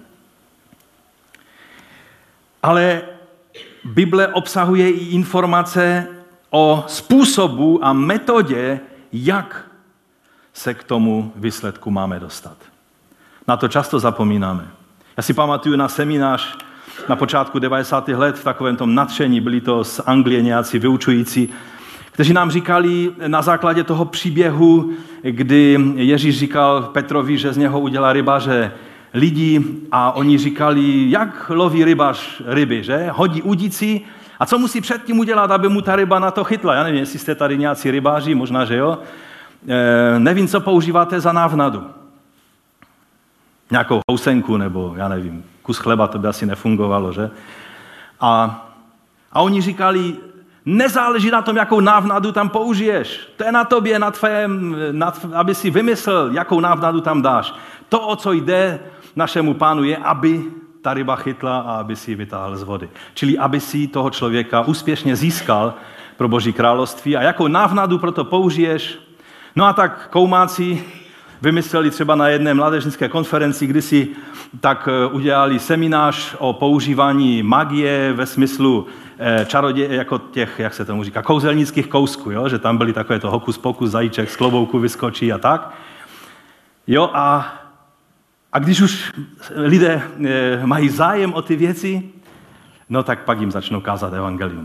Ale Bible obsahuje i informace o způsobu a metodě, jak se k tomu výsledku máme dostat. Na to často zapomínáme. Já si pamatuju na seminář na počátku 90. let v takovém tom nadšení, byli to z Anglie nějací vyučující, kteří nám říkali na základě toho příběhu, kdy Ježíš říkal Petrovi, že z něho udělá rybáře lidí a oni říkali, jak loví rybář ryby, že? Hodí udici a co musí předtím udělat, aby mu ta ryba na to chytla. Já nevím, jestli jste tady nějací rybáři, možná, že jo. Nevím, co používáte za návnadu. Nějakou housenku nebo, já nevím, kus chleba, to by asi nefungovalo, že? A oni říkali, nezáleží na tom, jakou návnadu tam použiješ. To je na tobě, aby si vymyslel, jakou návnadu tam dáš. To, o co jde našemu Pánu, je, aby ta ryba chytla a aby si ji vytáhl z vody. Čili aby si toho člověka úspěšně získal pro Boží království. A jakou návnadu pro to použiješ? No a tak koumáci vymysleli třeba na jedné mládežnické konferenci, kdy si tak udělali seminář o používání magie ve smyslu čaroděje, jako těch, jak se tomu říká, kouzelnických kousků, jo? Že tam byly takové to hokus pokus, zajíček z klobouku vyskočí a tak. Jo, a když už lidé mají zájem o ty věci, no tak pak jim začnou kázat evangelium.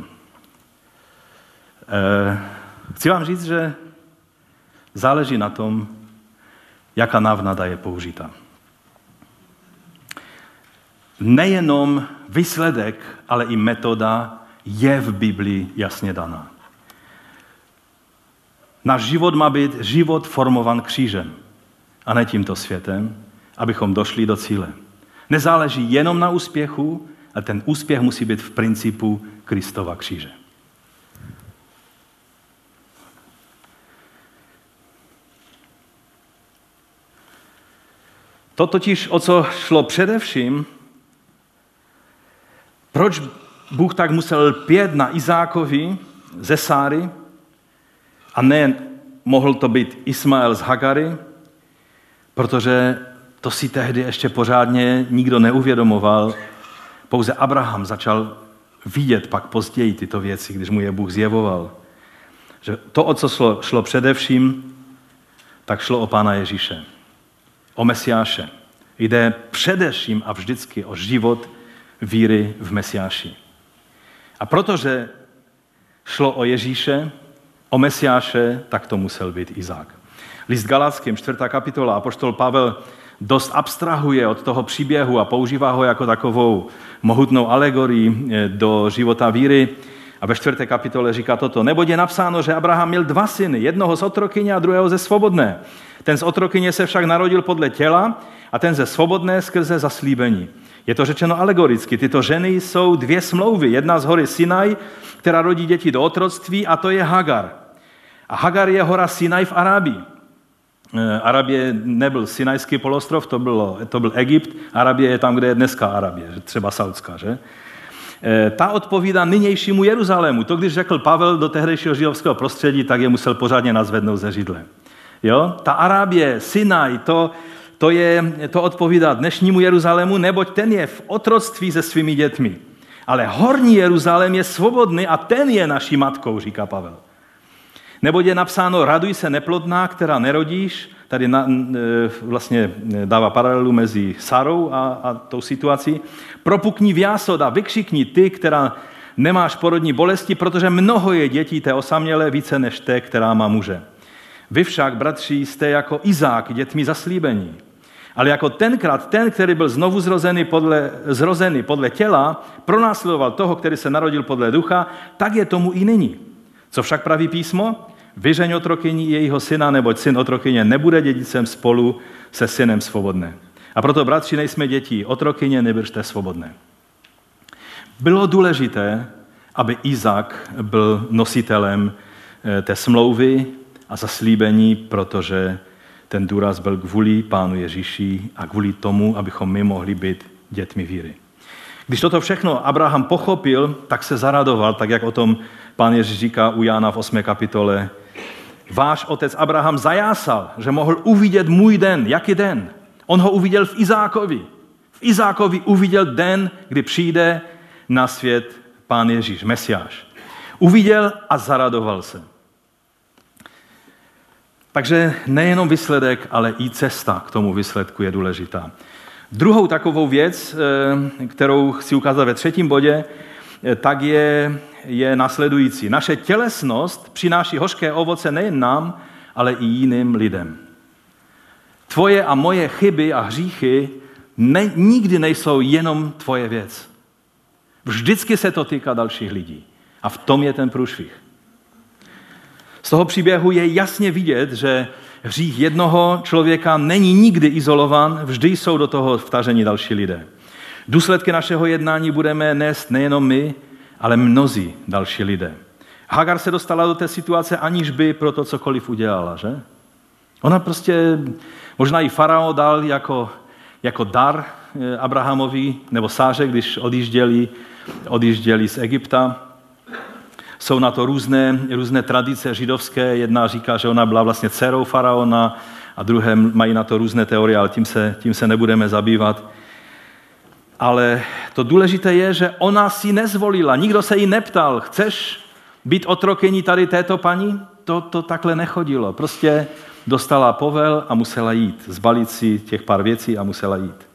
Chci vám říct, že záleží na tom, jaká návnada je použita. Nejenom výsledek, ale i metoda je v Biblii jasně daná. Náš život má být život formovan křížem a ne tímto světem, abychom došli do cíle. Nezáleží jenom na úspěchu, ale ten úspěch musí být v principu Kristova kříže. To totiž, o co šlo především, proč Bůh tak musel lpět na Izákovi ze Sáry a ne mohl to být Ismael z Hagary, protože to si tehdy ještě pořádně nikdo neuvědomoval. Pouze Abraham začal vidět pak později tyto věci, když mu je Bůh zjevoval. Že to, o co šlo především, tak šlo o Pána Ježíše, o Mesiáše. Jde především a vždycky o život víry v Mesiáši. A protože šlo o Ježíše, o Mesiáše, tak to musel být Izák. List Galatským, 4. kapitola, apoštol Pavel dost abstrahuje od toho příběhu a používá ho jako takovou mohutnou alegorii do života víry. A ve 4. kapitole říká toto. Neboť je napsáno, že Abraham měl 2 syny, jednoho z otrokyně a druhého ze svobodné. Ten z otrokyně se však narodil podle těla a ten ze svobodné skrze zaslíbení. Je to řečeno alegoricky. Tyto ženy jsou 2 smlouvy. Jedna z hory Sinaj, která rodí děti do otroctví, a to je Hagar. A Hagar je hora Sinaj v Arábii. Arabie nebyl Sinajský poloostrov, to byl Egypt, Arabie je tam, kde je dneska Arabie, třeba Saudská, že? Ta odpovídá nynějšímu Jeruzalému. To, když řekl Pavel do tehdejšího židovského prostředí, tak je musel pořádně nazvednout ze židle. Jo? Ta Arábie, Sinaj, to odpovídá dnešnímu Jeruzalému, neboť ten je v otroctví se svými dětmi. Ale horní Jeruzalém je svobodný a ten je naší matkou, říká Pavel. Neboť je napsáno, raduj se neplodná, která nerodíš, tady vlastně dává paralelu mezi Sarou a tou situací. Propukni v jásoda, vykřikni ty, která nemáš porodní bolesti, protože mnoho je dětí té osamělé, více než té, která má muže. Vy však, bratři, jste jako Izák, dětmi zaslíbení. Ale jako tenkrát ten, který byl znovu zrozený podle těla, pronásledoval toho, který se narodil podle ducha, tak je tomu i nyní. Co však praví písmo? Vyžeň otrokyni jejího syna, neboť syn otrokyně nebude dědicem spolu se synem svobodné. A proto, bratři, nejsme děti otrokyně, nebržte svobodné. Bylo důležité, aby Izák byl nositelem té smlouvy a zaslíbení, protože ten důraz byl kvůli Pánu Ježíši a kvůli tomu, abychom my mohli být dětmi víry. Když toto všechno Abraham pochopil, tak se zaradoval, tak jak o tom Pán Ježíš říká u Jána v 8. kapitole. Váš otec Abraham zajásal, že mohl uvidět můj den. Jaký den? On ho uviděl v Izákovi. V Izákovi uviděl den, kdy přijde na svět Pán Ježíš, Mesiáš. Uviděl a zaradoval se. Takže nejenom výsledek, ale i cesta k tomu výsledku je důležitá. Druhou takovou věc, kterou chci ukázat ve 3. bodě, tak je následující. Naše tělesnost přináší hořké ovoce nejen nám, ale i jiným lidem. Tvoje a moje chyby a hříchy nikdy nejsou jenom tvoje věc. Vždycky se to týká dalších lidí. A v tom je ten průšvih. Z toho příběhu je jasně vidět, že hřích jednoho člověka není nikdy izolován, vždy jsou do toho vtaženi další lidé. Důsledky našeho jednání budeme nést nejenom my, ale mnozí další lidé. Hagar se dostala do té situace, aniž by pro to cokoliv udělala, že? Ona prostě, možná i faraon dal jako dar Abrahamovi nebo Sáře, když odjížděli z Egypta. Jsou na to různé tradice židovské. Jedna říká, že ona byla vlastně dcerou faraona a druhé mají na to různé teorie, ale tím se nebudeme zabývat. Ale to důležité je, že ona si nezvolila. Nikdo se jí neptal, chceš být otrokyní tady této paní? To takhle nechodilo. Prostě dostala povel a musela jít. Zbalit si těch pár věcí a musela jít.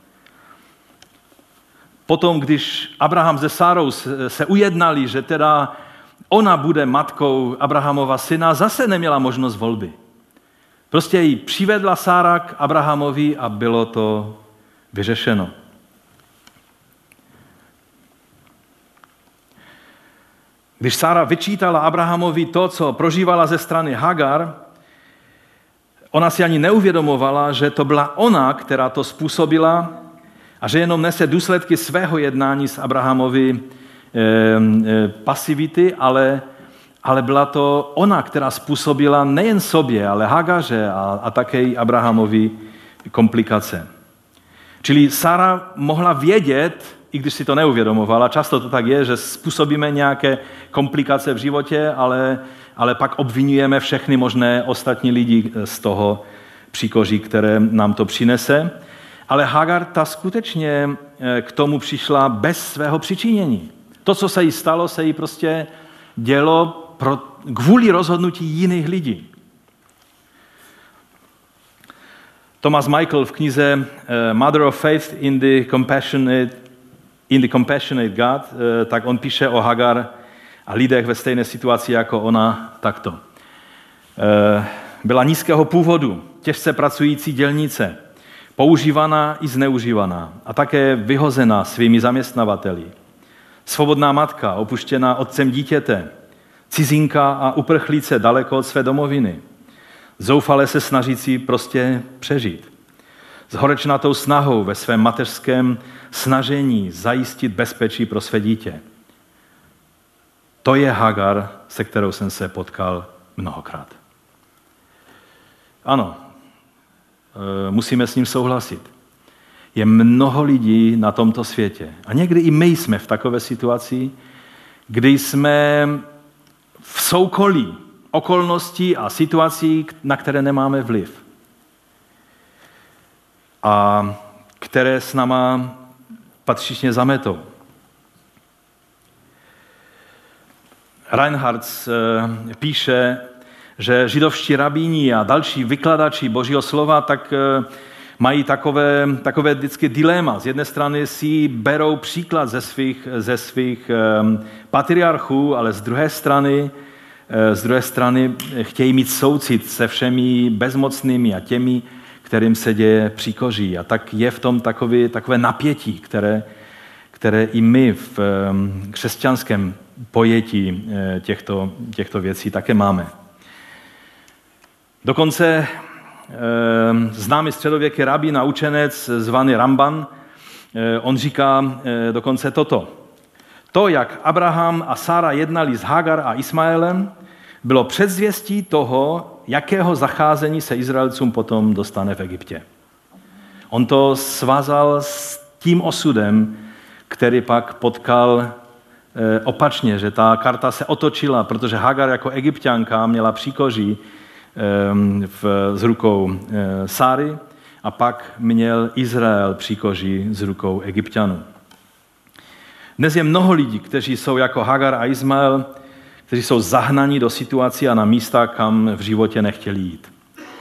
Potom, když Abraham se Sárou se ujednali, že teda ona bude matkou Abrahamova syna, zase neměla možnost volby. Prostě ji přivedla Sára k Abrahamovi a bylo to vyřešeno. Když Sára vyčítala Abrahamovi to, co prožívala ze strany Hagar, ona si ani neuvědomovala, že to byla ona, která to způsobila a že jenom nese důsledky svého jednání s Abrahamovi pasivity, ale byla to ona, která způsobila nejen sobě, ale Hagaře a také i Abrahamovi komplikace. Čili Sára mohla vědět, i když si to neuvědomovala, často to tak je, že způsobíme nějaké komplikace v životě, ale pak obvinujeme všechny možné ostatní lidi z toho příkoří, které nám to přinese. Ale Hagar ta skutečně k tomu přišla bez svého přičinění. To, co se jí stalo, se jí prostě dělo kvůli rozhodnutí jiných lidí. Thomas Michael v knize Mother of Faith in the Compassionate God, tak on píše o Hagar a lidech ve stejné situaci jako ona takto. Byla nízkého původu, těžce pracující dělnice, používaná i zneužívaná a také vyhozená svými zaměstnavateli. Svobodná matka, opuštěná otcem dítěte, cizinka a uprchlíce daleko od své domoviny. Zoufale se snažící prostě přežít. S horečnatou snahou ve svém mateřském snažení zajistit bezpečí pro své dítě. To je Hagar, se kterou jsem se potkal mnohokrát. Ano, musíme s ním souhlasit. Je mnoho lidí na tomto světě. A někdy i my jsme v takové situaci, kdy jsme v soukolí okolností a situací, na které nemáme vliv. A které s náma patřičně zametou. Reinhardt píše, že židovští rabíni a další vykladači Božího slova tak mají takové vždycky dilema. Z jedné strany si berou příklad ze svých patriarchů, ale z druhé strany chtějí mít soucit se všemi bezmocnými a těmi, kterým se děje příkoří. A tak je v tom takové napětí, které i my v křesťanském pojetí těchto věcí také máme. Dokonce známý středověký rabín a učenec zvaný Ramban, on říká dokonce toto. To, jak Abraham a Sára jednali s Hagar a Ismaelem, bylo předzvěstí toho, jakého zacházení se Izraelcům potom dostane v Egyptě. On to svázal s tím osudem, který pak potkal opačně, že ta karta se otočila, protože Hagar jako Egypťanka měla příkoří z rukou Sáry a pak měl Izrael příkoří z rukou Egypťanů. Dnes je mnoho lidí, kteří jsou jako Hagar a Ismael, kteří jsou zahnaní do situací a na místa, kam v životě nechtěli jít.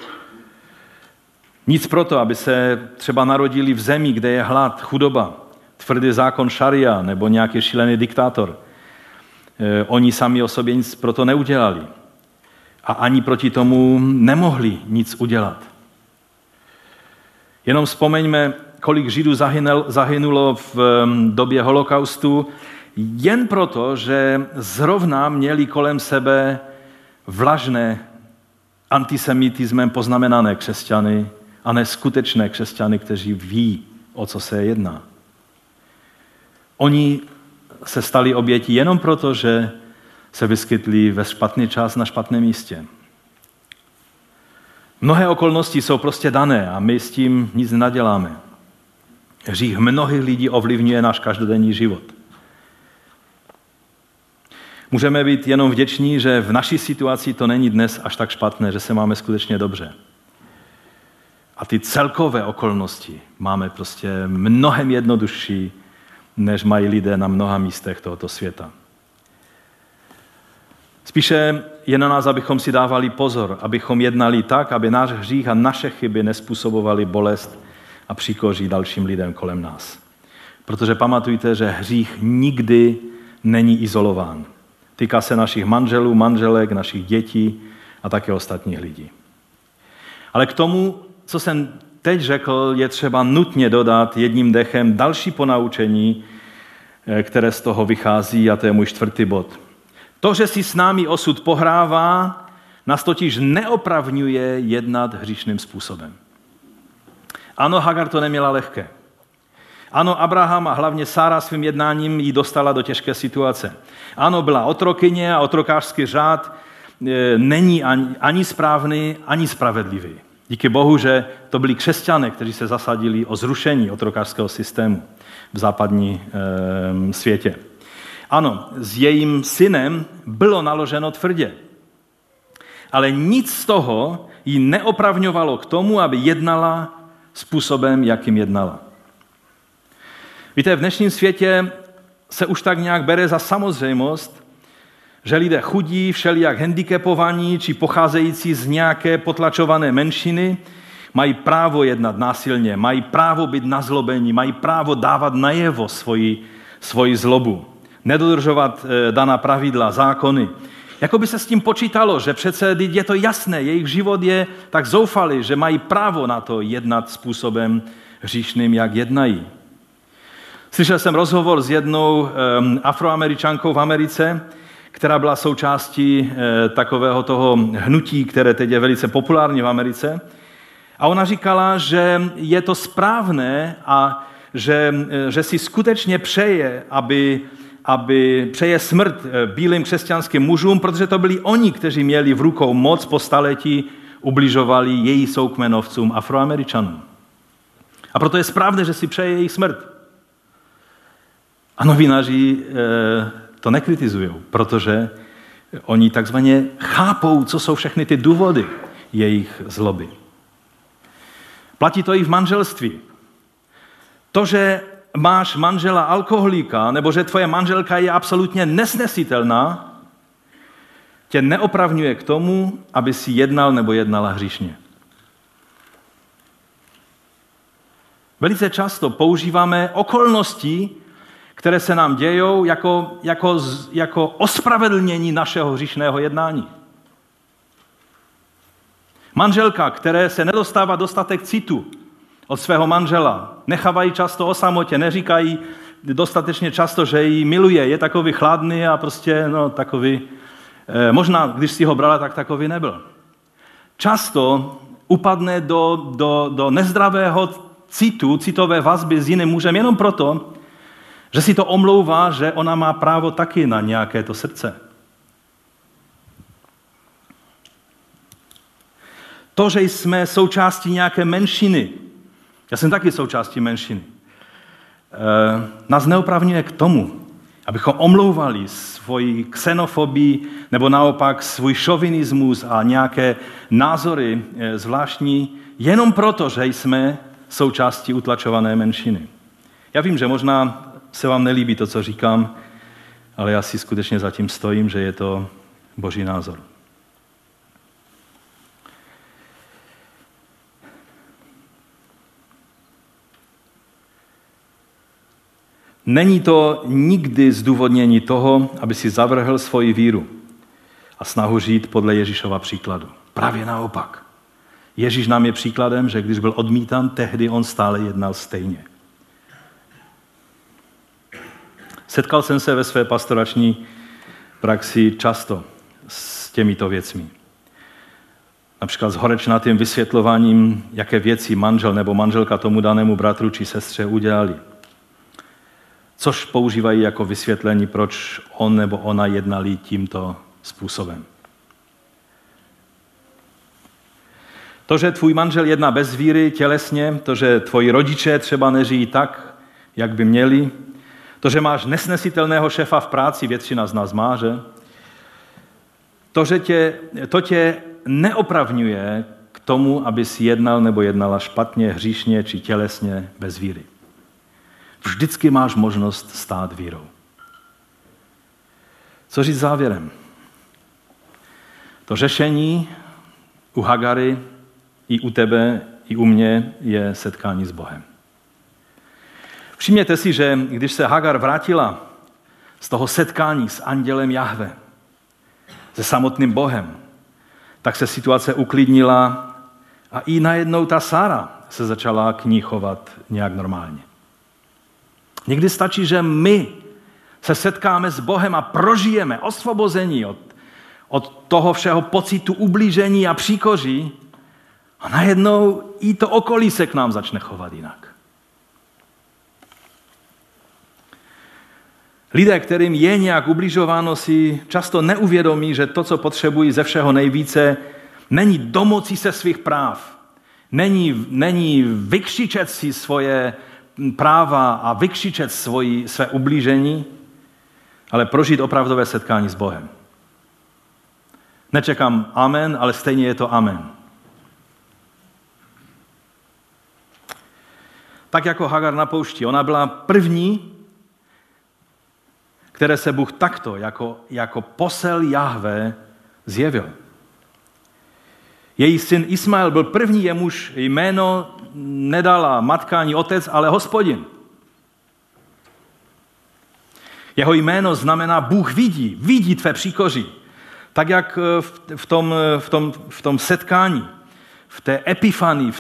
Nic proto, aby se třeba narodili v zemi, kde je hlad, chudoba, tvrdý zákon šaria nebo nějaký šílený diktátor. Oni sami o sobě nic proto neudělali. A ani proti tomu nemohli nic udělat. Jenom vzpomeňme, kolik Židů zahynulo v době holokaustu, jen proto, že zrovna měli kolem sebe vlažné antisemitismem poznamenané křesťany a ne skutečné křesťany, kteří ví, o co se jedná. Oni se stali obětí jenom proto, že se vyskytli ve špatný čas na špatném místě. Mnohé okolnosti jsou prostě dané a my s tím nic nenaděláme. Hřích mnohých lidí ovlivňuje náš každodenní život. Můžeme být jenom vděční, že v naší situaci to není dnes až tak špatné, že se máme skutečně dobře. A ty celkové okolnosti máme prostě mnohem jednodušší, než mají lidé na mnoha místech tohoto světa. Spíše je na nás, abychom si dávali pozor, abychom jednali tak, aby náš hřích a naše chyby nezpůsobovaly bolest a příkoří dalším lidem kolem nás. Protože pamatujte, že hřích nikdy není izolován. Týká se našich manželů, manželek, našich dětí a také ostatních lidí. Ale k tomu, co jsem teď řekl, je třeba nutně dodat jedním dechem další ponaučení, které z toho vychází, a to je můj 4. bod. To, že si s námi osud pohrává, nás totiž neopravňuje jednat hříšným způsobem. Ano, Hagar to neměla lehké. Ano, Abraham a hlavně Sára svým jednáním ji dostala do těžké situace. Ano, byla otrokyně a otrokářský řád není ani správný, ani spravedlivý. Díky Bohu, že to byli křesťané, kteří se zasadili o zrušení otrokářského systému v západním světě. Ano, s jejím synem bylo naloženo tvrdě. Ale nic z toho ji neopravňovalo k tomu, aby jednala způsobem, jakým jednala. Víte, v dnešním světě se už tak nějak bere za samozřejmost, že lidé chudí, všelijak handicapovaní či pocházející z nějaké potlačované menšiny mají právo jednat násilně, mají právo být nazlobení, mají právo dávat najevo svoji zlobu, nedodržovat daná pravidla, zákony. Jako by se s tím počítalo, že přece je to jasné, jejich život je tak zoufalý, že mají právo na to jednat způsobem hříšným, jak jednají. Slyšel jsem rozhovor s jednou Afroameričankou v Americe, která byla součástí takového toho hnutí, které teď je velice populární v Americe. A ona říkala, že je to správné a že si skutečně přeje, aby přeje smrt bílým křesťanským mužům, protože to byli oni, kteří měli v rukou moc po staletí ubližovali její soukmenovcům Afroameričanům. A proto je správné, že si přeje jejich smrt. A novináři to nekritizují, protože oni takzvaně chápou, co jsou všechny ty důvody jejich zloby. Platí to i v manželství. To, že máš manžela alkoholíka, nebo že tvoje manželka je absolutně nesnesitelná, tě neopravňuje k tomu, aby si jednal nebo jednala hříšně. Velice často používáme okolnosti, které se nám dějou jako ospravedlnění našeho hříšného jednání. Manželka, které se nedostává dostatek citu od svého manžela, nechávají často o samotě, neříkají dostatečně často, že ji miluje, je takový chladný a prostě takový, možná když si ho brala, tak takový nebyl. Často upadne do nezdravého citu, citové vazby s jiným mužem jenom proto, že si to omlouvá, že ona má právo taky na nějaké to srdce. To, že jsme součástí nějaké menšiny, já jsem taky součástí menšiny, nás neopravňuje k tomu, abychom omlouvali svoji xenofobii nebo naopak svůj šovinismus a nějaké názory zvláštní, jenom proto, že jsme součástí utlačované menšiny. Já vím, že možná se vám nelíbí to, co říkám, ale já si skutečně zatím stojím, že je to Boží názor. Není to nikdy zdůvodnění toho, aby si zavrhl svoji víru a snahu žít podle Ježíšova příkladu. Právě naopak. Ježíš nám je příkladem, že když byl odmítán, tehdy on stále jednal stejně. Setkal jsem se ve své pastorační praxi často s těmito věcmi. Například s horečnatým vysvětlováním, jaké věci manžel nebo manželka tomu danému bratru či sestře udělali. Což používají jako vysvětlení, proč on nebo ona jednali tímto způsobem. To, že tvůj manžel jedná bez víry tělesně, to, že tvoji rodiče třeba nežijí tak, jak by měli, to, že máš nesnesitelného šéfa v práci, většina z nás má, že? To tě neopravňuje k tomu, abys jednal nebo jednala špatně, hříšně či tělesně bez víry. Vždycky máš možnost stát vírou. Co říct závěrem? To řešení u Hagary i u tebe, i u mě je setkání s Bohem. Všimněte si, že když se Hagar vrátila z toho setkání s andělem Jahve, se samotným Bohem, tak se situace uklidnila a i najednou ta Sára se začala k ní chovat nějak normálně. Někdy stačí, že my se setkáme s Bohem a prožijeme osvobození od toho všeho pocitu ublížení a příkoří a najednou i to okolí se k nám začne chovat jinak. Lidé, kterým je nějak ubližováno, si často neuvědomí, že to, co potřebují ze všeho nejvíce, není domoci se svých práv, není vykřičet si svoje práva a vykřičet své ublížení, ale prožít opravdové setkání s Bohem. Nečekám amen, ale stejně je to amen. Tak jako Hagar na poušti, ona byla první, které se Bůh takto jako posel Jahve zjevil. Její syn Ismael byl první, jemuž jméno nedala matka ani otec, ale Hospodin. Jeho jméno znamená Bůh vidí tvé příkoří. Tak jak v tom setkání, v té epifanii,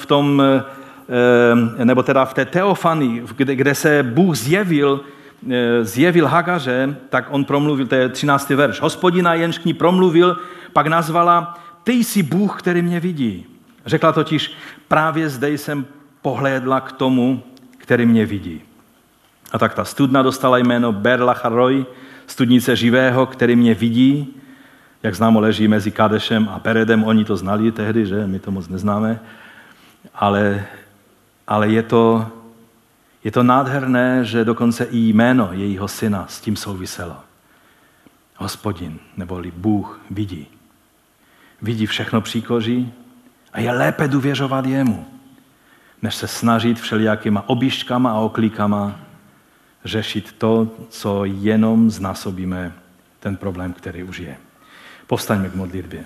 nebo teda v té teofanii, kde se Bůh zjevil Hagaře, tak on promluvil, to je 13. verš. Hospodina jenž k ní promluvil, pak nazvala, ty jsi Bůh, který mě vidí. Řekla totiž, právě zde jsem pohlédla k tomu, který mě vidí. A tak ta studna dostala jméno Ber Lachai Roi, studnice živého, který mě vidí. jak známo, leží mezi Kadešem a Peredem. Oni to znali tehdy, že? My to moc neznáme. Ale je to nádherné, že dokonce i jméno jejího syna s tím souviselo. Hospodin, neboli Bůh, vidí. Vidí všechno příkoří a je lépe důvěřovat jemu, než se snažit všelijakýma obišťkama a oklíkama řešit to, co jenom znásobíme ten problém, který už je. Povstaňme k modlitbě.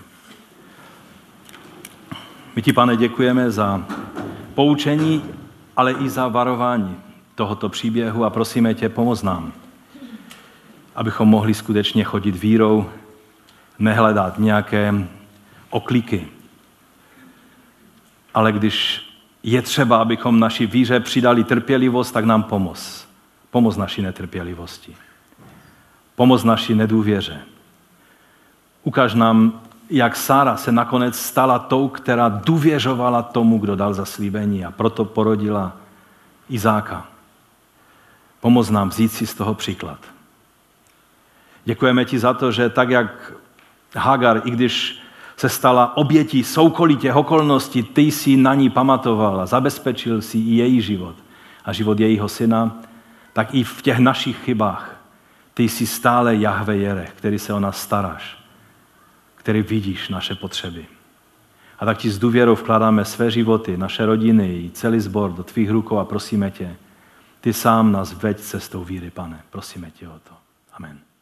My ti, Pane, děkujeme za poučení, ale i za varování tohoto příběhu a prosíme tě, pomoz nám, abychom mohli skutečně chodit vírou, nehledat nějaké oklíky. Ale když je třeba, abychom naší víře přidali trpělivost, tak nám pomoz. Pomoz naší netrpělivosti. Pomoz naší nedůvěře. Ukaž nám, jak Sára se nakonec stala tou, která důvěřovala tomu, kdo dal zaslíbení a proto porodila Izáka. Pomoz nám vzít si z toho příklad. Děkujeme ti za to, že tak, jak Hagar, i když se stala obětí soukolitě okolností, ty jsi na ní pamatoval a zabezpečil si i její život a život jejího syna, tak i v těch našich chybách ty jsi stále Jahve Jerech, který se o nás staráš, který vidíš naše potřeby. A tak ti s důvěrou vkládáme své životy, naše rodiny i celý sbor do tvých rukou a prosíme tě, ty sám nás veď cestou víry, Pane. Prosíme tě o to. Amen.